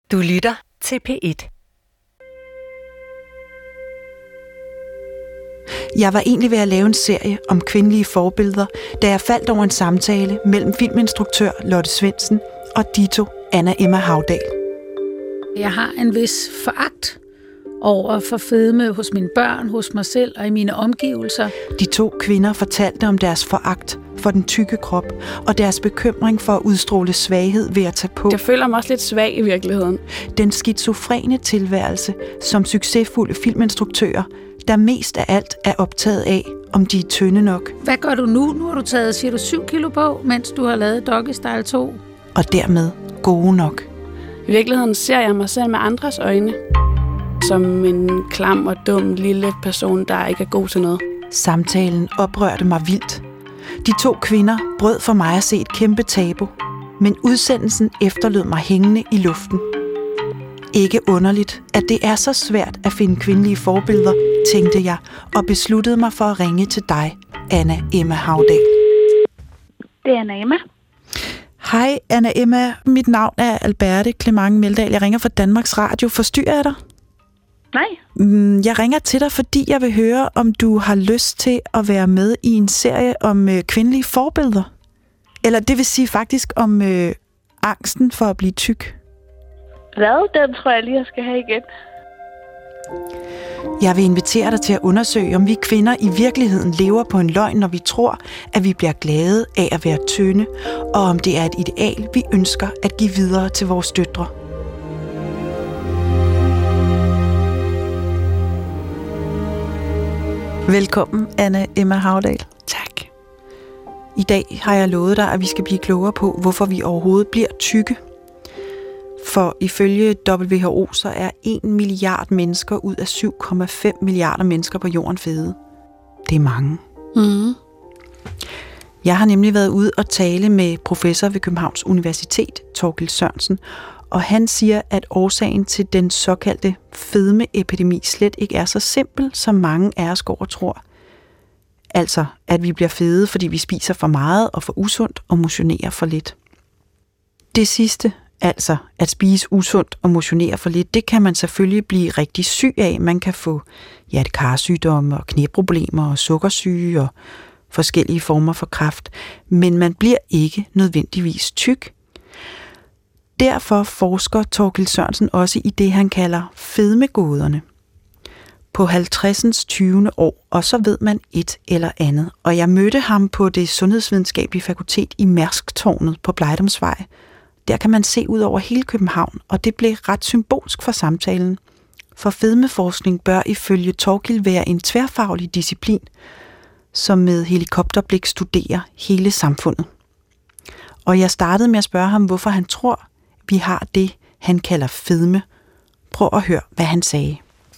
Du lytter til P1. Jeg var egentlig ved at lave en serie om kvindelige forbilleder, da jeg faldt over en samtale mellem filminstruktør Lotte Svendsen og ditto Anna Emma Havdal. Jeg har en vis foragt over for fedme hos mine børn, hos mig selv og i mine omgivelser. De to kvinder fortalte om deres foragt for den tykke krop og deres bekymring for at udstråle svaghed ved at tage på. Jeg føler mig også lidt svag i virkeligheden. Den skizofrene tilværelse som succesfulde filminstruktører, der mest af alt er optaget af, om de er tynde nok. Hvad gør du nu? Nu har du taget, siger du, 7 kilo på, mens du har lavet Doggy Style 2. Og dermed gode nok. I virkeligheden ser jeg mig selv med andres øjne. Som en klam og dum lille person, der ikke er god til noget. Samtalen oprørte mig vildt. De to kvinder brød for mig at se et kæmpe tabu, men udsendelsen efterlod mig hængende i luften. Ikke underligt, at det er så svært at finde kvindelige forbilleder, tænkte jeg, og besluttede mig for at ringe til dig, Anna Emma Havdal. Det er Anna Emma. Hej Anna Emma, mit navn er Alberte Clement Meldal. Jeg ringer fra Danmarks Radio. Forstyrrer jeg dig? Nej. Jeg ringer til dig, fordi jeg vil høre, om du har lyst til at være med i en serie om kvindelige forbilleder. Eller det vil sige faktisk om angsten for at blive tyk. Hvad? Den tror jeg lige, jeg skal have igen. Jeg vil invitere dig til at undersøge, om vi kvinder i virkeligheden lever på en løgn, når vi tror, at vi bliver glade af at være tynde, og om det er et ideal, vi ønsker at give videre til vores døtre. Velkommen, Anna Emma Havdal. Tak. I dag har jeg lovet dig, at vi skal blive klogere på, hvorfor vi overhovedet bliver tykke. For ifølge WHO, så er 1 milliard mennesker ud af 7,5 milliarder mennesker på jorden fede. Det er mange. Mm. Jeg har nemlig været ude og tale med professor ved Københavns Universitet, Thorkild Sørensen, og han siger, at årsagen til den såkaldte fedmeepidemi slet ikke er så simpel, som mange af os går og tror. Altså, at vi bliver fede, fordi vi spiser for meget og for usundt og motionerer for lidt. Det sidste, altså at spise usundt og motionere for lidt, det kan man selvfølgelig blive rigtig syg af. Man kan få hjertekarsygdomme og knæproblemer og sukkersyge og forskellige former for kræft, men man bliver ikke nødvendigvis tyk. Derfor forsker Thorkild Sørensen også i det, han kalder fedmegåderne. På 50'ens 20. år, og så ved man et eller andet. Og jeg mødte ham på det sundhedsvidenskabelige fakultet i Mærsktårnet på Blejdomsvej. Der kan man se ud over hele København, og det blev ret symbolsk for samtalen. For fedmeforskning bør ifølge Thorkild være en tværfaglig disciplin, som med helikopterblik studerer hele samfundet. Og jeg startede med at spørge ham, hvorfor han tror, vi har det, han kalder fedme. Prøv at høre, hvad han sagde.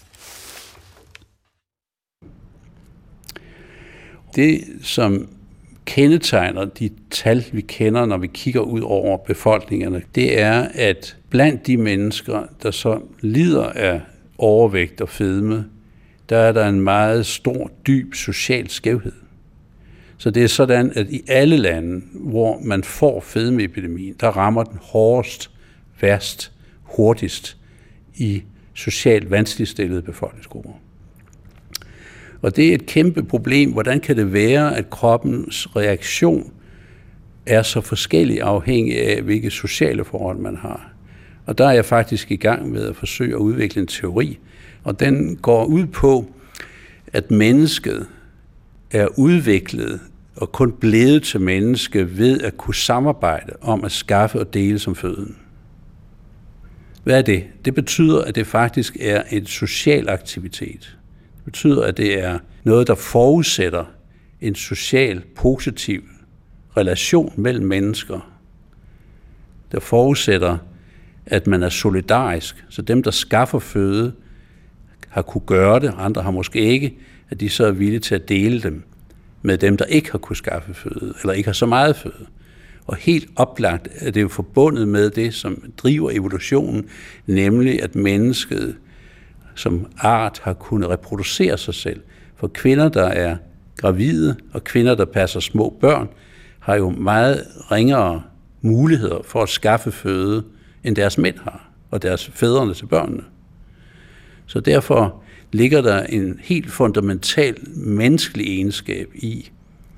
Det, som kendetegner de tal, vi kender, når vi kigger ud over befolkningerne, det er, at blandt de mennesker, der så lider af overvægt og fedme, der er der en meget stor, dyb social skævhed. Så det er sådan, at i alle lande, hvor man får fedmeepidemien, der rammer den hårdest, værst, hurtigst i socialt vanskeligt stillede befolkningsgrupper. Og det er et kæmpe problem. Hvordan kan det være, at kroppens reaktion er så forskellig afhængig af, hvilke sociale forhold man har? Og der er jeg faktisk i gang med at forsøge at udvikle en teori, og den går ud på, at mennesket er udviklet og kun blevet til menneske ved at kunne samarbejde om at skaffe og dele som føden. Hvad er det? Det betyder, at det faktisk er en social aktivitet. Det betyder, at det er noget, der forudsætter en social, positiv relation mellem mennesker. Der forudsætter, at man er solidarisk, så dem, der skaffer føde, har kunne gøre det, andre har måske ikke, at de så er villige til at dele dem med dem, der ikke har kunne skaffe føde, eller ikke har så meget føde. Og helt oplagt er det jo forbundet med det, som driver evolutionen, nemlig at mennesket som art har kunnet reproducere sig selv. For kvinder, der er gravide, og kvinder, der passer små børn, har jo meget ringere muligheder for at skaffe føde, end deres mænd har. og deres fædrene til børnene. Så derfor ligger der en helt fundamental menneskelig egenskab i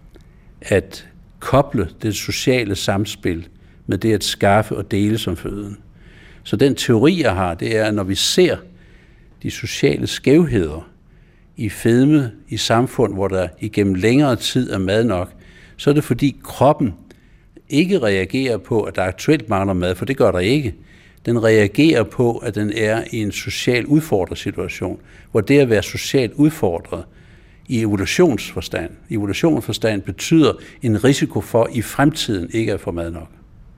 at koble det sociale samspil med det at skaffe og dele som føden. Så den teori, jeg har, det er, at når vi ser de sociale skævheder i fedme, i samfund, hvor der igennem længere tid er mad nok, så er det fordi kroppen ikke reagerer på, at der aktuelt mangler mad, for det gør der ikke. Den reagerer på, at den er i en social udfordret situation, hvor det at være socialt udfordret i evolutionsforstand betyder en risiko for i fremtiden ikke at få mad nok.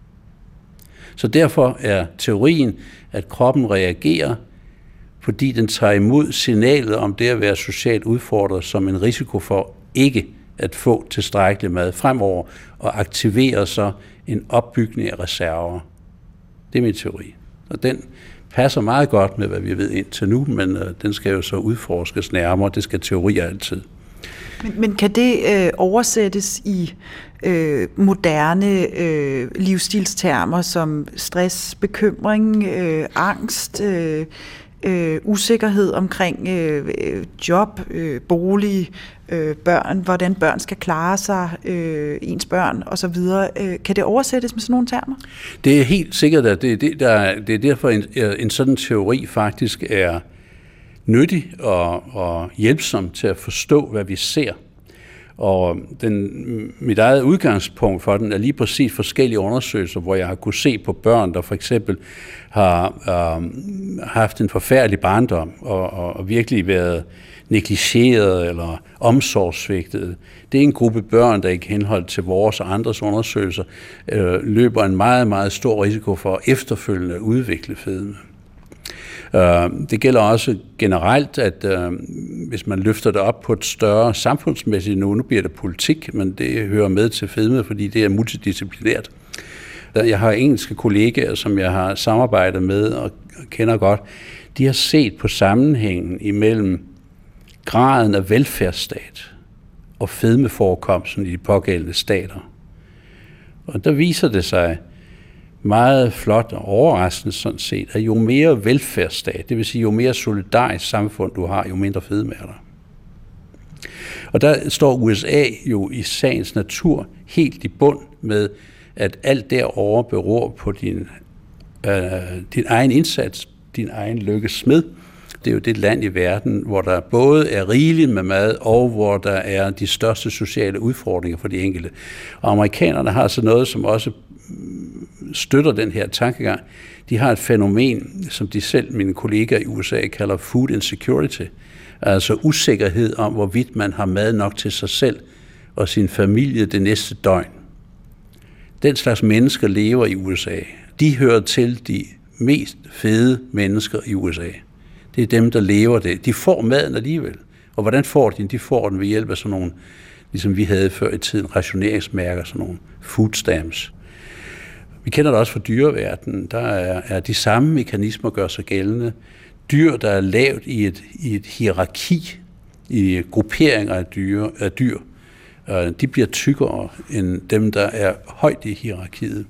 Så derfor er teorien, at kroppen reagerer, fordi den tager imod signalet om det at være socialt udfordret som en risiko for ikke at få tilstrækkelig mad fremover, og aktiverer så en opbygning af reserver. Det er min teori. Og den passer meget godt med, hvad vi ved indtil nu, men den skal jo så udforskes nærmere. Det skal teorier altid. Men kan det oversættes i moderne livsstilstermer som stress, bekymring, angst, usikkerhed omkring job, bolig, børn, hvordan børn skal klare sig, ens børn osv. Kan det oversættes med sådan nogle termer? Det er helt sikkert, at det er derfor en sådan teori faktisk er nyttig og hjælpsom til at forstå, hvad vi ser. Og mit eget udgangspunkt for den er lige præcis forskellige undersøgelser, hvor jeg har kunne se på børn, der for eksempel har haft en forfærdelig barndom og virkelig været negligeret eller omsorgssvigtet. Det er en gruppe børn, der i henhold til vores og andres undersøgelser løber en meget, meget stor risiko for efterfølgende at udvikle fedme. Det gælder også generelt, at hvis man løfter det op på et større samfundsmæssigt nu bliver det politik, men det hører med til fedme, fordi det er multidisciplinært. Jeg har engelske kollegaer, som jeg har samarbejdet med og kender godt. De har set på sammenhængen imellem graden af velfærdsstat og fedmeforekomsten i de pågældende stater. Og der viser det sig meget flot og overraskende sådan set, at jo mere velfærdsstat, det vil sige jo mere solidarisk samfund du har, jo mindre fedme er der. Og der står USA jo i sagens natur helt i bund med, at alt derovre beror på din egen indsats, din egen lykkesmed. Det er jo det land i verden, hvor der både er rigeligt med mad, og hvor der er de største sociale udfordringer for de enkelte. Og amerikanerne har så noget, som også støtter den her tankegang. De har et fænomen, som de selv, mine kollegaer i USA, kalder food insecurity. Altså usikkerhed om, hvorvidt man har mad nok til sig selv og sin familie det næste døgn. Den slags mennesker lever i USA. De hører til de mest fede mennesker i USA. Det er dem, der lever det. De får maden alligevel. Og hvordan får de den? De får den ved hjælp af sådan nogle, ligesom vi havde før i tiden, rationeringsmærker, sådan nogle food stamps. Vi kender det også fra dyreverdenen. Der er de samme mekanismer gør sig gældende. Dyr, der er lavt i et hierarki, i grupperinger af dyr, de bliver tykkere end dem, der er højt i hierarkiet.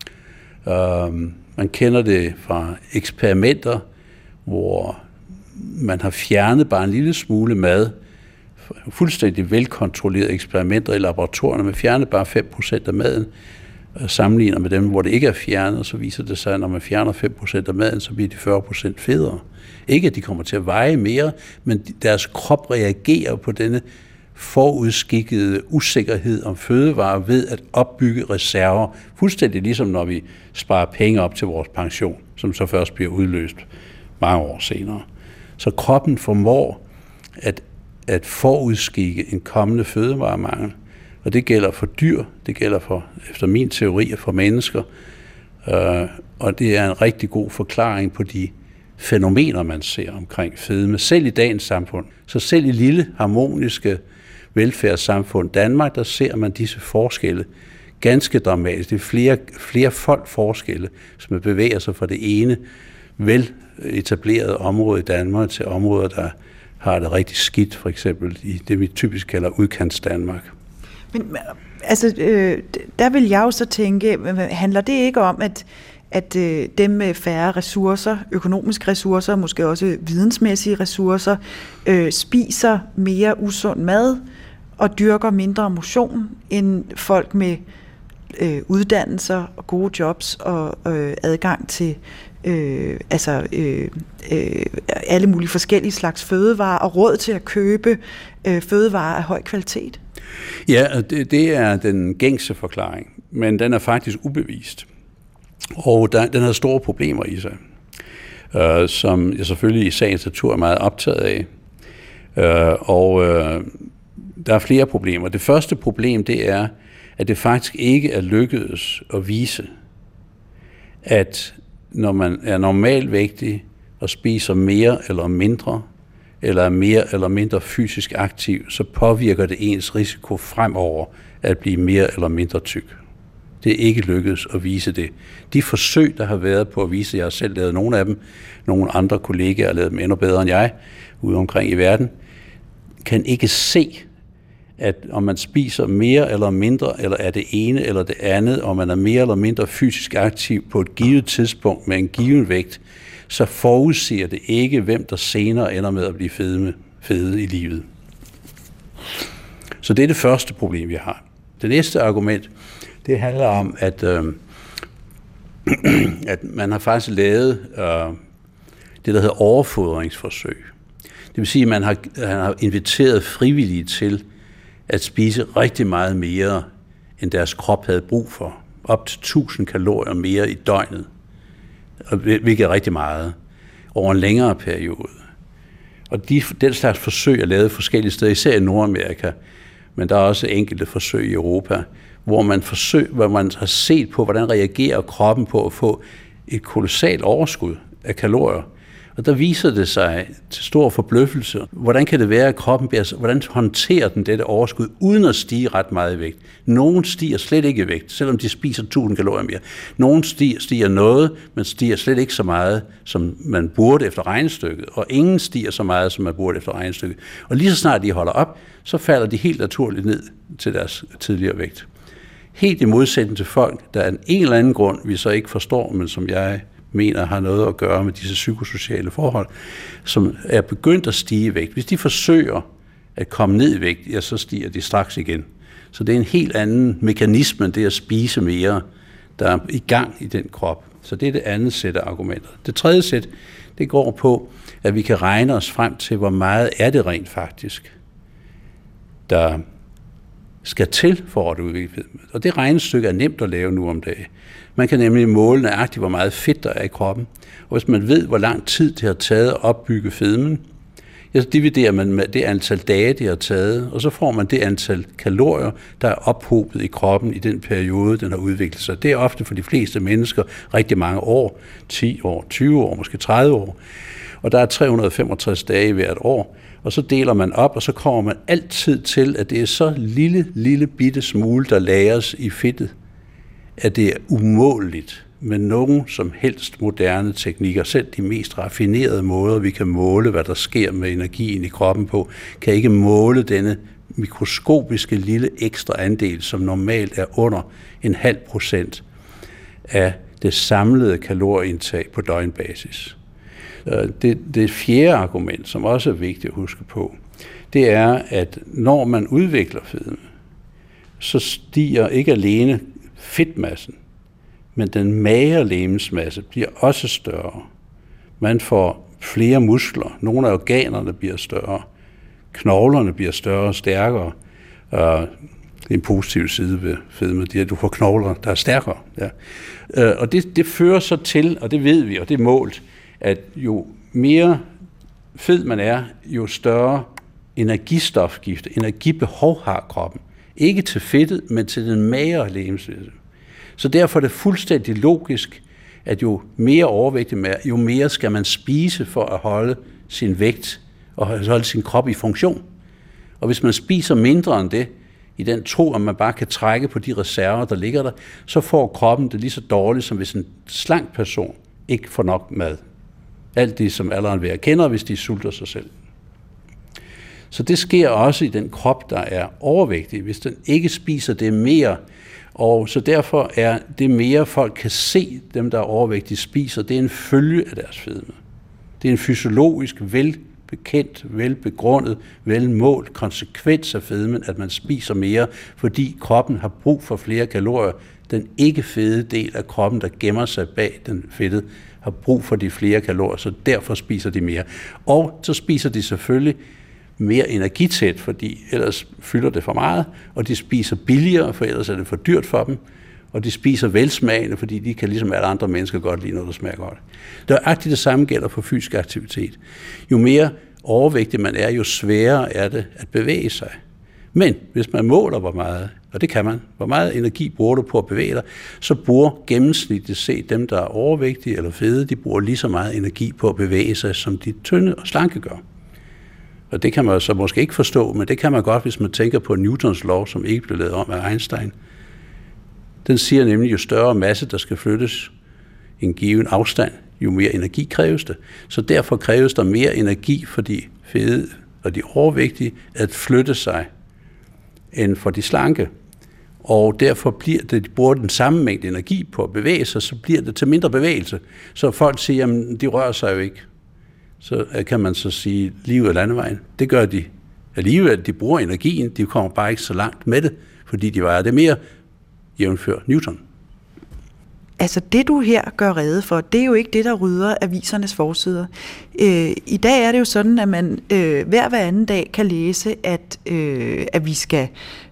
Man kender det fra eksperimenter, hvor man har fjernet bare en lille smule mad, fuldstændig velkontrollerede eksperimenter i laboratorierne, man fjerner bare 5% af maden, sammenligner med dem, hvor det ikke er fjernet, så viser det sig, at når man fjerner 5% af maden, så bliver de 40% federe. Ikke at de kommer til at veje mere, men deres krop reagerer på denne forudskikkede usikkerhed om fødevarer ved at opbygge reserver, fuldstændig ligesom når vi sparer penge op til vores pension, som så først bliver udløst mange år senere. Så kroppen formår at forudskikke en kommende fødevaremangel, og det gælder for dyr, det gælder for, efter min teori, for mennesker, og det er en rigtig god forklaring på de fænomener, man ser omkring fedme, selv i dagens samfund. Så selv i lille, harmoniske velfærdssamfund Danmark, der ser man disse forskelle ganske dramatisk. Det er flere forskelle, som bevæger sig fra det ene vel etablerede område i Danmark til områder, der har det rigtig skidt, for eksempel i det, vi typisk kalder udkants Danmark. Men altså, der vil jeg jo så tænke, handler det ikke om, at dem med færre ressourcer, økonomiske ressourcer, måske også vidensmæssige ressourcer, spiser mere usund mad og dyrker mindre motion end folk med uddannelser og gode jobs og adgang til alle mulige forskellige slags fødevarer og råd til at købe fødevarer af høj kvalitet. Ja, det er den gængse forklaring, men den er faktisk ubevist. Og den har store problemer i sig, som jeg selvfølgelig i sagens natur er meget optaget af. Der er flere problemer. Det første problem, det er, at det faktisk ikke er lykkedes at vise, at når man er normalvægtig og spiser mere eller mindre, eller er mere eller mindre fysisk aktiv, så påvirker det ens risiko fremover at blive mere eller mindre tyk. Det er ikke lykkedes at vise det. De forsøg, der har været på at vise, jeg har selv lavet nogle af dem, nogle andre kollegaer har lavet dem endnu bedre end jeg, ude omkring i verden, kan ikke se, at om man spiser mere eller mindre, eller er det ene eller det andet, og man er mere eller mindre fysisk aktiv på et givet tidspunkt med en given vægt, så forudsiger det ikke, hvem der senere ender med at blive fede i livet. Så det er det første problem, vi har. Det næste argument, det handler om, at man har faktisk lavet det, der hedder overfodringsforsøg. Det vil sige, at man har inviteret frivillige til at spise rigtig meget mere, end deres krop havde brug for. Op til 1000 kalorier mere i døgnet, hvilket er rigtig meget, over en længere periode. Og den slags forsøg er lavet forskellige steder, især i Nordamerika, men der er også enkelte forsøg i Europa, hvor man har set på, hvordan reagerer kroppen på at få et kolossalt overskud af kalorier. Og der viser det sig til stor forbløffelse, hvordan kan det være, at kroppen hvordan håndterer den dette overskud, uden at stige ret meget i vægt. Nogen stiger slet ikke i vægt, selvom de spiser 1000 kalorier mere. Nogen stiger noget, men stiger slet ikke så meget, som man burde efter regnestykket. Og ingen stiger så meget, som man burde efter regnestykket. Og lige så snart de holder op, så falder de helt naturligt ned til deres tidligere vægt. Helt i modsætning til folk, der af en eller anden grund, vi så ikke forstår, men som jeg mener har noget at gøre med disse psykosociale forhold, som er begyndt at stige i vægt. Hvis de forsøger at komme ned i vægt, ja, så stiger de straks igen. Så det er en helt anden mekanisme end det at spise mere, der er i gang i den krop. Så det er det andet sæt af argumenter. Det tredje sæt, det går på, at vi kan regne os frem til, hvor meget er det rent faktisk, der skal til for at udvikle fedme. Og det regnestykke er nemt at lave nu om dagen. Man kan nemlig måle nøjagtigt, hvor meget fedt der er i kroppen. Og hvis man ved, hvor lang tid det har taget at opbygge fedmen, ja, så dividerer man med det antal dage, det har taget, og så får man det antal kalorier, der er ophobet i kroppen i den periode, den har udviklet sig. Det er ofte for de fleste mennesker rigtig mange år, 10 år, 20 år, måske 30 år. Og der er 365 dage hvert år, og så deler man op, og så kommer man altid til, at det er så lille bitte smule, der lagres i fedtet, at det er umåleligt med nogen som helst moderne teknikker. Selv de mest raffinerede måder, vi kan måle, hvad der sker med energien i kroppen på, kan ikke måle denne mikroskopiske lille ekstra andel, som normalt er under 0,5% af det samlede kalorieindtag på døgnbasis. Det fjerde argument, som også er vigtigt at huske på, det er, at når man udvikler fedme, så stiger ikke alene fedtmassen, men den magre legemsmasse bliver også større. Man får flere muskler, nogle af organerne bliver større, knoglerne bliver større og stærkere. Det er en positiv side ved fedme, det er, at du får knogler, der er stærkere. Ja. Og det fører så til, og det ved vi, og det er målt, at jo mere fed man er, jo større energistofgift, energibehov har kroppen. Ikke til fedtet, men til den magre legemsmasse. Så derfor er det fuldstændig logisk, at jo mere overvægtig man er, jo mere skal man spise for at holde sin vægt og holde sin krop i funktion. Og hvis man spiser mindre end det, i den tro, at man bare kan trække på de reserver, der ligger der, så får kroppen det lige så dårligt, som hvis en slank person ikke får nok mad. Alt det, som alderen ved at kender, hvis de sulter sig selv. Så det sker også i den krop, der er overvægtig. Hvis den ikke spiser det mere, Og så derfor er det mere, folk kan se, dem der er overvægtige spiser, det er en følge af deres fedme. Det er en fysiologisk, velbekendt, velbegrundet, velmålt konsekvens af fedmen, at man spiser mere, fordi kroppen har brug for flere kalorier. Den ikke fede del af kroppen, der gemmer sig bag den fedtede, har brug for de flere kalorier, så derfor spiser de mere. Og så spiser de selvfølgelig mere energitæt, fordi ellers fylder det for meget, og de spiser billigere, for ellers er det for dyrt for dem, og de spiser velsmagende, fordi de kan ligesom alle andre mennesker godt lide noget, der smager godt. Nøjagtigt det samme gælder for fysisk aktivitet. Jo mere overvægtig man er, jo sværere er det at bevæge sig. Men hvis man måler, hvor meget, og det kan man, hvor meget energi bruger du på at bevæge dig, så bruger gennemsnitligt set dem, der er overvægtige eller fede, de bruger lige så meget energi på at bevæge sig, som de tynde og slanke gør. Og det kan man så måske ikke forstå, men det kan man godt, hvis man tænker på Newtons lov, som ikke blev lavet om af Einstein. Den siger nemlig, jo større masse, der skal flyttes en given afstand, jo mere energi kræves det. Så derfor kræves der mere energi for de fede og de overvægtige at flytte sig, end for de slanke. Og derfor bliver det, de bruger den samme mængde energi på at bevæge sig, så bliver det til mindre bevægelse. Så folk siger, jamen de rører sig jo ikke. Så kan man så sige, livet er landevejen. Det gør de alligevel, de bruger energien, de kommer bare ikke så langt med det, fordi de vejer det mere, jævnfør Newton. Altså det, du her gør rede for, det er jo ikke det, der rydder avisernes forsider. I dag er det jo sådan, at man hver anden dag kan læse, at vi skal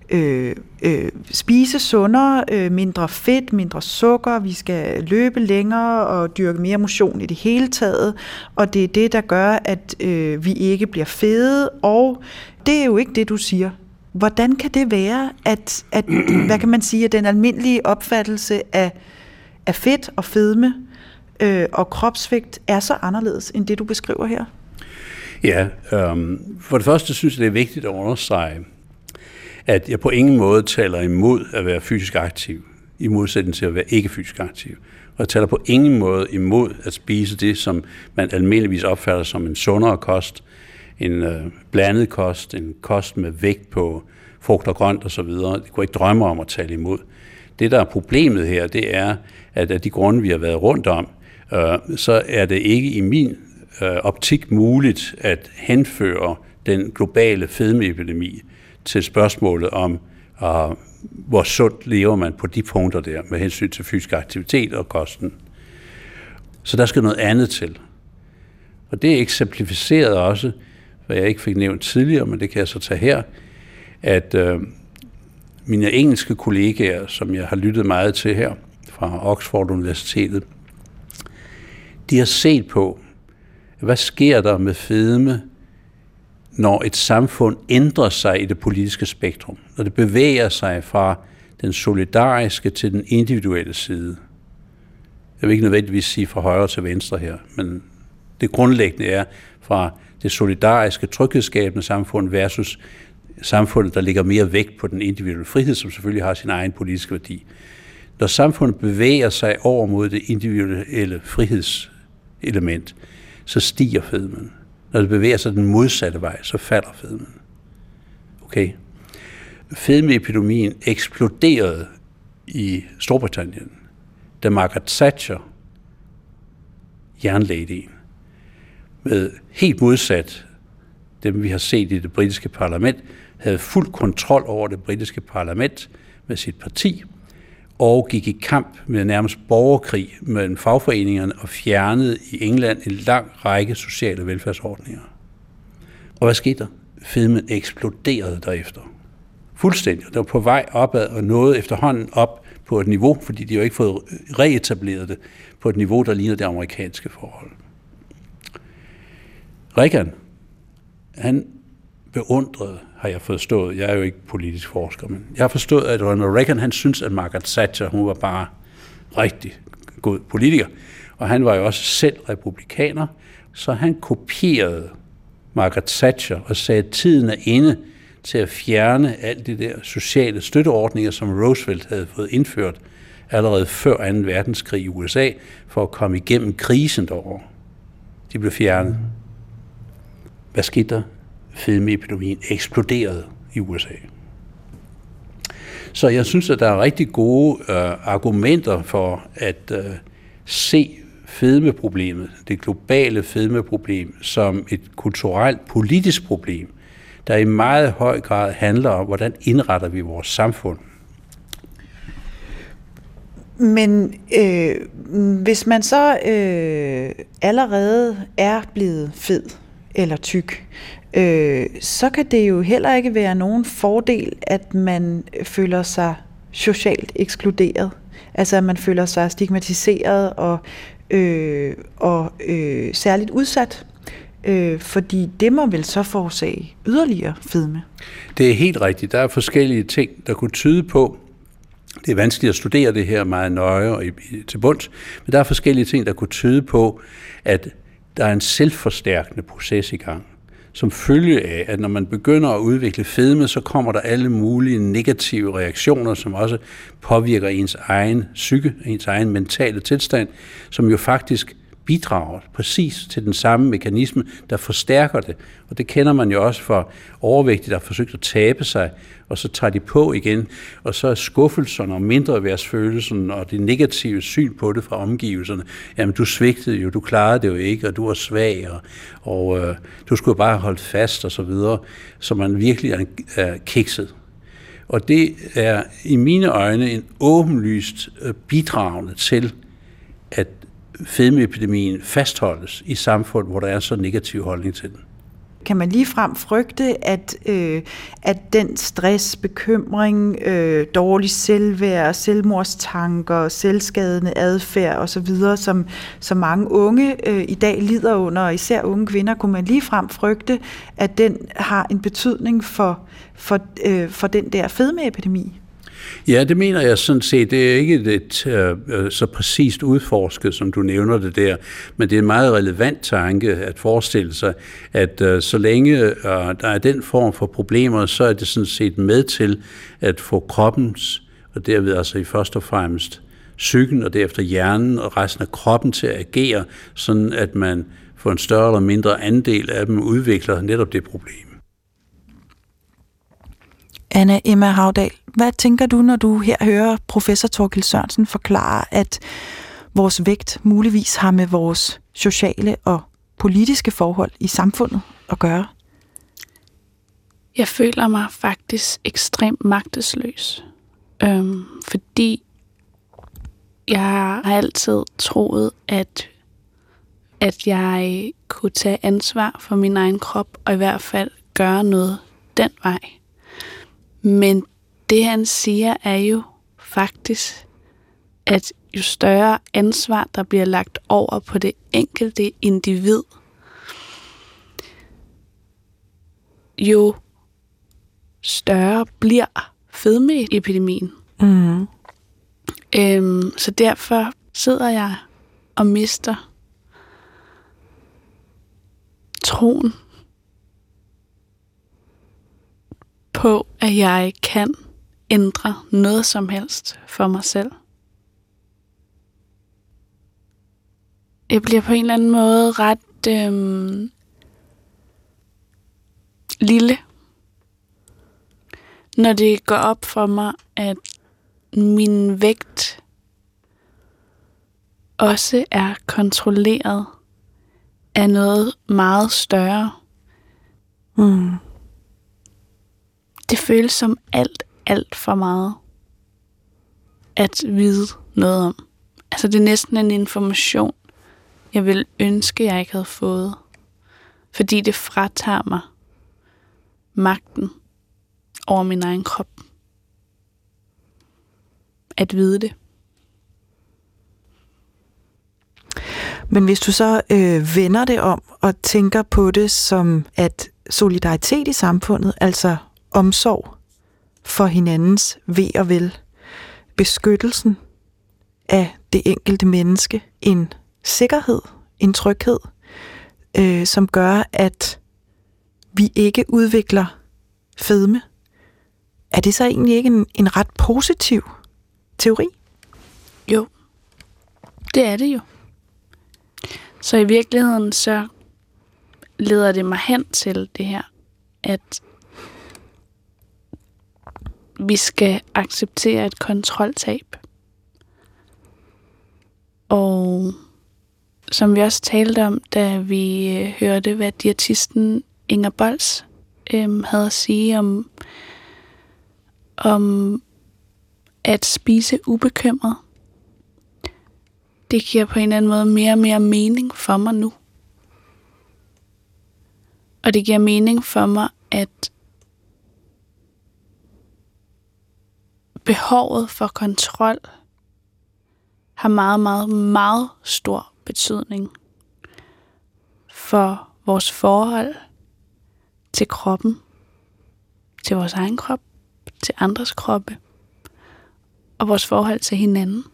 spise sundere, mindre fedt, mindre sukker, vi skal løbe længere og dyrke mere motion i det hele taget, og det er det, der gør, at vi ikke bliver fede, og det er jo ikke det, du siger. Hvordan kan det være, at hvad kan man sige, at den almindelige opfattelse af fedt og fedme og kropsvægt er så anderledes end det, du beskriver her? Ja, for det første synes jeg, det er vigtigt at understrege, at jeg på ingen måde taler imod at være fysisk aktiv, i modsætning til at være ikke fysisk aktiv. Og jeg taler på ingen måde imod at spise det, som man almindeligvis opfatter som en sundere kost, en blandet kost, en kost med vægt på frugt og grønt osv. Det kunne ikke drømme om at tale imod. Det, der er problemet her, det er, at af de grunde, vi har været rundt om, så er det ikke i min optik muligt at henføre den globale fedmeepidemi til spørgsmålet om, hvor sundt lever man på de punkter der, med hensyn til fysisk aktivitet og kosten. Så der skal noget andet til. Og det er eksemplificeret også, hvad jeg ikke fik nævnt tidligere, men det kan jeg så tage her, at mine engelske kollegaer, som jeg har lyttet meget til her, fra Oxford Universitetet, de har set på, hvad sker der med fedme, når et samfund ændrer sig i det politiske spektrum, når det bevæger sig fra den solidariske til den individuelle side. Jeg vil ikke nødvendigvis sige fra højre til venstre her, men det grundlæggende er fra det solidariske, tryghedsskabende samfund versus samfundet, der ligger mere vægt på den individuelle frihed, som selvfølgelig har sin egen politiske værdi. Når samfundet bevæger sig over mod det individuelle frihedselement, så stiger fedmen. Når det bevæger sig den modsatte vej, så falder fedmen. Okay? Fedmeepidemien eksploderede i Storbritannien, da Margaret Thatcher, jernladyen, med helt modsat dem, vi har set i det britiske parlament, havde fuld kontrol over det britiske parlament med sit parti, og gik i kamp med nærmest borgerkrig mellem fagforeningerne og fjernede i England en lang række sociale velfærdsordninger. Og hvad skete der? Fedmen eksploderede derefter. Fuldstændig. Det var på vej opad og nåede efterhånden op på et niveau, fordi de jo ikke fået reetableret det på et niveau, der ligner det amerikanske forhold. Reagan, han beundrede, har jeg forstået, jeg er jo ikke politisk forsker, men jeg har forstået, at Ronald Reagan, han synes, at Margaret Thatcher, hun var bare rigtig god politiker, og han var jo også selv republikaner, så han kopierede Margaret Thatcher og sagde, at tiden er inde til at fjerne alle de der sociale støtteordninger, som Roosevelt havde fået indført allerede før 2. verdenskrig i USA, for at komme igennem krisen derovre. De blev fjernet. Hvad skete der? Fedmeepidemien eksploderede i USA. Så jeg synes, at der er rigtig gode argumenter for at se fedmeproblemet, det globale fedmeproblem, som et kulturelt politisk problem, der i meget høj grad handler om, hvordan indretter vi vores samfund. Men hvis man så allerede er blevet fed eller tyk, så kan det jo heller ikke være nogen fordel, at man føler sig socialt ekskluderet. Altså at man føler sig stigmatiseret og særligt udsat. Fordi det må vel så forårsage yderligere fedme. Det er helt rigtigt. Der er forskellige ting, der kunne tyde på, det er vanskeligt at studere det her meget nøje og til bunds, men der er forskellige ting, der kunne tyde på, at der er en selvforstærkende proces i gang, som følge af, at når man begynder at udvikle fedme, så kommer der alle mulige negative reaktioner, som også påvirker ens egen psyke, ens egen mentale tilstand, som jo faktisk bidrager præcis til den samme mekanisme, der forstærker det. Og det kender man jo også for overvægtige, der har forsøgt at tabe sig, og så tager de på igen, og så er skuffelserne og mindreværdsfølelsen og det negative syn på det fra omgivelserne. Jamen, du svigtede jo, du klarede det jo ikke, og du var svag, og du skulle bare holde fast, og så videre, så man virkelig er kikset. Og det er i mine øjne en åbenlyst bidragende til, at fedmeepidemien fastholdes i samfund, hvor der er så negativ holdning til den. Kan man ligefrem frygte, at den stress, bekymring, dårlig selvværd, selvmordstanker, selvskadende adfærd osv., som mange unge i dag lider under, og især unge kvinder, kunne man ligefrem frygte, at den har en betydning for den der fedmeepidemi? Ja, det mener jeg sådan set. Det er ikke lidt så præcist udforsket, som du nævner det der, men det er en meget relevant tanke at forestille sig, at så længe der er den form for problemer, så er det sådan set med til at få kroppens, og derved altså i først og fremmest psyken, og derefter hjernen og resten af kroppen til at agere, sådan at man får en større eller mindre andel af dem udvikler netop det problem. Anna Emma Haudal, hvad tænker du, når du her hører professor Thorkild Sørensen forklare, at vores vægt muligvis har med vores sociale og politiske forhold i samfundet at gøre? Jeg føler mig faktisk ekstremt magtesløs, fordi jeg har altid troet, at jeg kunne tage ansvar for min egen krop, og i hvert fald gøre noget den vej. Men det, han siger, er jo faktisk, at jo større ansvar, der bliver lagt over på det enkelte individ, jo større bliver fedmeepidemien. Mm. Så derfor sidder jeg og mister troen på, at jeg kan ændre noget som helst for mig selv. Jeg bliver på en eller anden måde ret lille, når det går op for mig, at min vægt også er kontrolleret af noget meget større. Mm. Det føles som alt for meget at vide noget om. Altså det er næsten en information, jeg vil ønske, jeg ikke havde fået. Fordi det fratager mig magten over min egen krop. At vide det. Men hvis du så vender det om og tænker på det som, at solidaritet i samfundet, altså omsorg for hinandens ve og vel, beskyttelsen af det enkelte menneske, en sikkerhed, en tryghed, som gør, at vi ikke udvikler fedme. Er det så egentlig ikke en ret positiv teori? Jo, det er det jo. Så i virkeligheden så leder det mig hen til det her, at vi skal acceptere et kontroltab. Og som vi også talte om, da vi hørte, hvad diætisten Inger Bolts havde at sige om at spise ubekymret. Det giver på en eller anden måde mere og mere mening for mig nu. Og det giver mening for mig, at behovet for kontrol har meget, meget, meget stor betydning for vores forhold til kroppen, til vores egen krop, til andres kroppe og vores forhold til hinanden.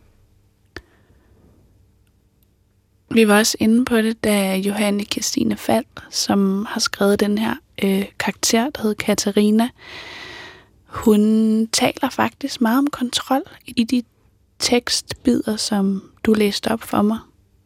Vi var også inde på det, da Johanne Kirstine Fald, som har skrevet den her karakter, der hedder Katarina, hun taler faktisk meget om kontrol i de tekstbidder, som du læste op for mig.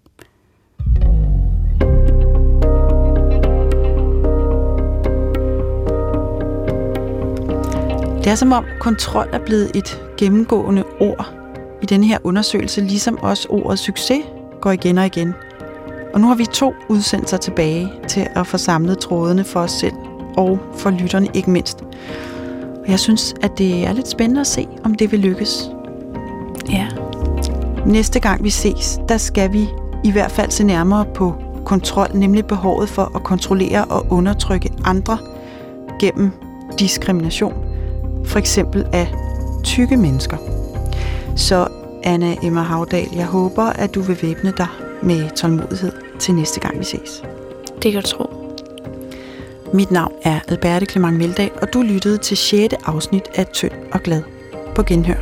Det er som om kontrol er blevet et gennemgående ord i denne her undersøgelse, ligesom også ordet succes går igen og igen. Og nu har vi 2 udsendelser tilbage til at få samlet trådene for os selv og for lytterne ikke mindst. Og jeg synes, at det er lidt spændende at se, om det vil lykkes. Ja. Næste gang vi ses, der skal vi i hvert fald se nærmere på kontrol, nemlig behovet for at kontrollere og undertrykke andre gennem diskrimination. For eksempel af tykke mennesker. Så Anna Emma Havdal, jeg håber, at du vil væbne dig med tålmodighed til næste gang vi ses. Det kan du tro. Mit navn er Alberte Clement Meldal, og du lyttede til 6. afsnit af Tynd og Glad. På genhør.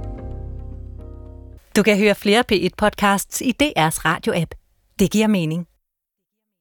Du kan høre flere P1-podcasts i DR's radio-app. Det giver mening.